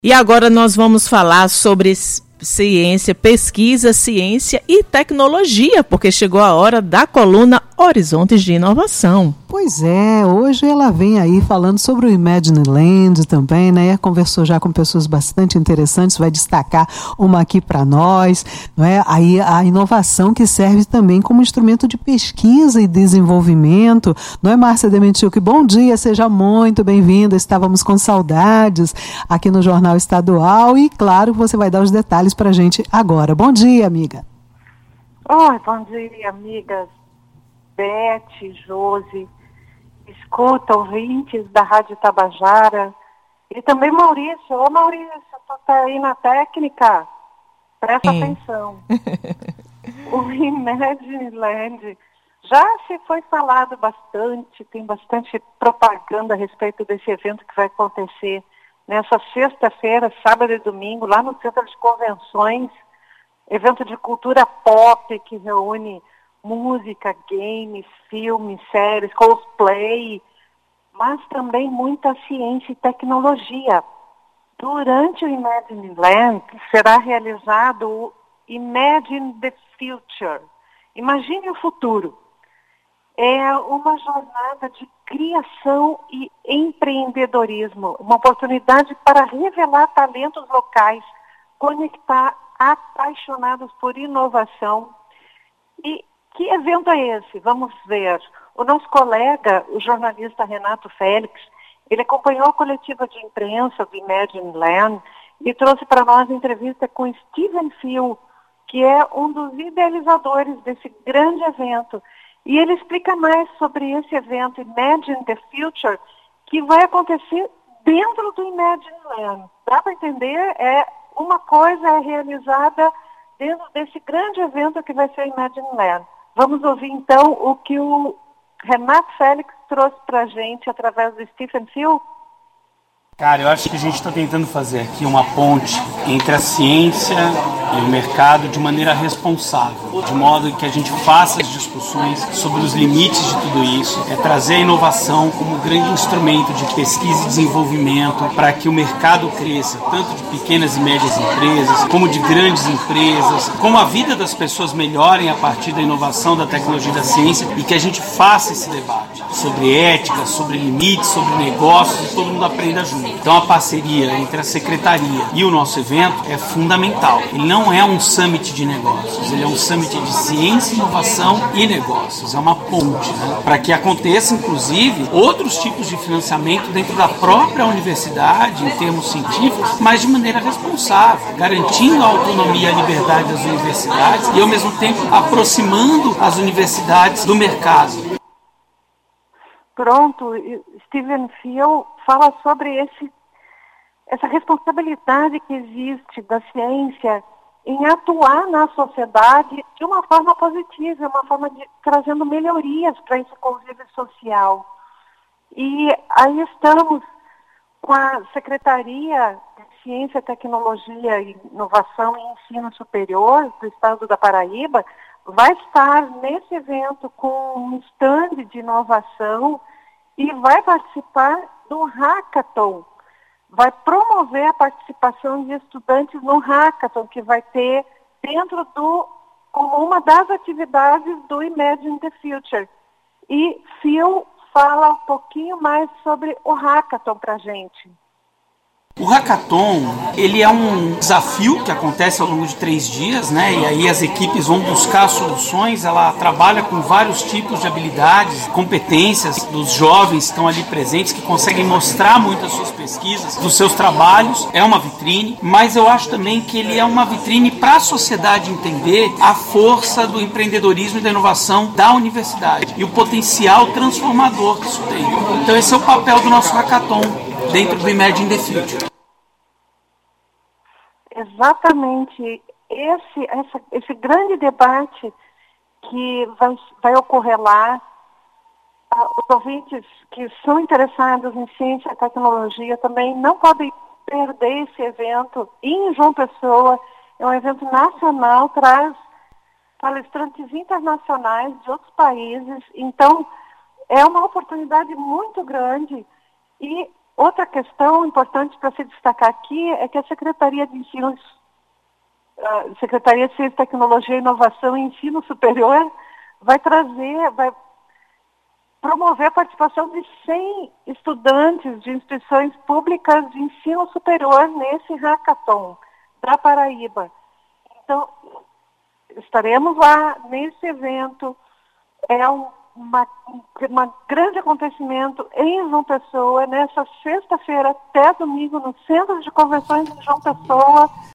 E agora nós vamos falar sobre ciência, pesquisa, ciência e tecnologia, porque chegou a hora da coluna Horizontes de Inovação. Pois é, hoje ela vem aí falando sobre o Imagine Land também, né? Conversou já com pessoas bastante interessantes, vai destacar uma aqui para nós, não é? Aí a inovação que serve também como instrumento de pesquisa e desenvolvimento, não é, Márcia Dementiuk? Bom dia, seja muito bem-vinda, estávamos com saudades aqui no Jornal Estadual e claro, você vai dar os detalhes para a gente agora. Bom dia, amiga. Oi, bom dia, amigas. Beth, Josi, escuta, ouvintes da Rádio Tabajara e também Maurício. Ô Maurício, tu tá aí na técnica? Presta atenção. O Imagine Land já se foi falado bastante, tem bastante propaganda a respeito desse evento que vai acontecer nessa sexta-feira, sábado e domingo, lá no Centro de Convenções, evento de cultura pop que reúne música, games, filmes, séries, cosplay, mas também muita ciência e tecnologia. Durante o Imagine Land será realizado o Imagine the Future. Imagine o futuro. É uma jornada de criação e empreendedorismo, uma oportunidade para revelar talentos locais, conectar apaixonados por inovação. E que evento é esse? Vamos ver. O nosso colega, o jornalista Renato Félix, ele acompanhou a coletiva de imprensa do Imagine Land e trouxe para nós a entrevista com Steven Field, que é um dos idealizadores desse grande evento. E ele explica mais sobre esse evento Imagine the Future, que vai acontecer dentro do Imagine Land. Dá para entender? Uma coisa é realizada dentro desse grande evento que vai ser o Imagine Land. Vamos ouvir então o que o Renato Félix trouxe para a gente através do Stephen Field. Cara, eu acho que a gente está tentando fazer aqui uma ponte entre a ciência e o mercado de maneira responsável, de modo que a gente faça as discussões sobre os limites de tudo isso, trazer a inovação como grande instrumento de pesquisa e desenvolvimento para que o mercado cresça, tanto de pequenas e médias empresas, como de grandes empresas, como a vida das pessoas melhorem a partir da inovação, da tecnologia e da ciência, e que a gente faça esse debate sobre ética, sobre limites, sobre negócios, e todo mundo aprenda junto. Então a parceria entre a Secretaria e o nosso evento é fundamental. Ele não é um summit de negócios, ele é um summit de ciência, inovação e negócios. É uma ponte, né? Para que aconteça, inclusive, outros tipos de financiamento dentro da própria universidade, em termos científicos, mas de maneira responsável, garantindo a autonomia e a liberdade das universidades e, ao mesmo tempo, aproximando as universidades do mercado. Pronto, Stephen Field fala sobre essa responsabilidade que existe da ciência em atuar na sociedade de uma forma positiva, uma forma de trazendo melhorias para esse convívio social. E aí estamos com a Secretaria de Ciência, Tecnologia, Inovação e Ensino Superior do Estado da Paraíba, vai estar nesse evento com um stand de inovação e vai participar do Hackathon. Vai promover a participação de estudantes no Hackathon, que vai ter como uma das atividades do Imagine the Future. E Phil fala um pouquinho mais sobre o Hackathon para a gente. O Hackathon, ele é um desafio que acontece ao longo de 3 dias, né? E aí as equipes vão buscar soluções, ela trabalha com vários tipos de habilidades, competências dos jovens que estão ali presentes, que conseguem mostrar muito as suas pesquisas, dos seus trabalhos, é uma vitrine, mas eu acho também que ele é uma vitrine para a sociedade entender a força do empreendedorismo e da inovação da universidade e o potencial transformador que isso tem. Então esse é o papel do nosso Hackathon dentro do Imagine the Future. Exatamente. Esse grande debate que vai ocorrer lá, os ouvintes que são interessados em ciência e tecnologia também não podem perder esse evento em João Pessoa. É um evento nacional, traz palestrantes internacionais de outros países. Então, é uma oportunidade muito grande e Outra questão importante para se destacar aqui é que a Secretaria de Ensino, Secretaria de Ciência, Tecnologia, Inovação e Ensino Superior vai promover a participação de 100 estudantes de instituições públicas de ensino superior nesse hackathon da Paraíba. Então, estaremos lá nesse evento. É um grande acontecimento em João Pessoa, nessa sexta-feira até domingo, no Centro de Convenções de João Pessoa,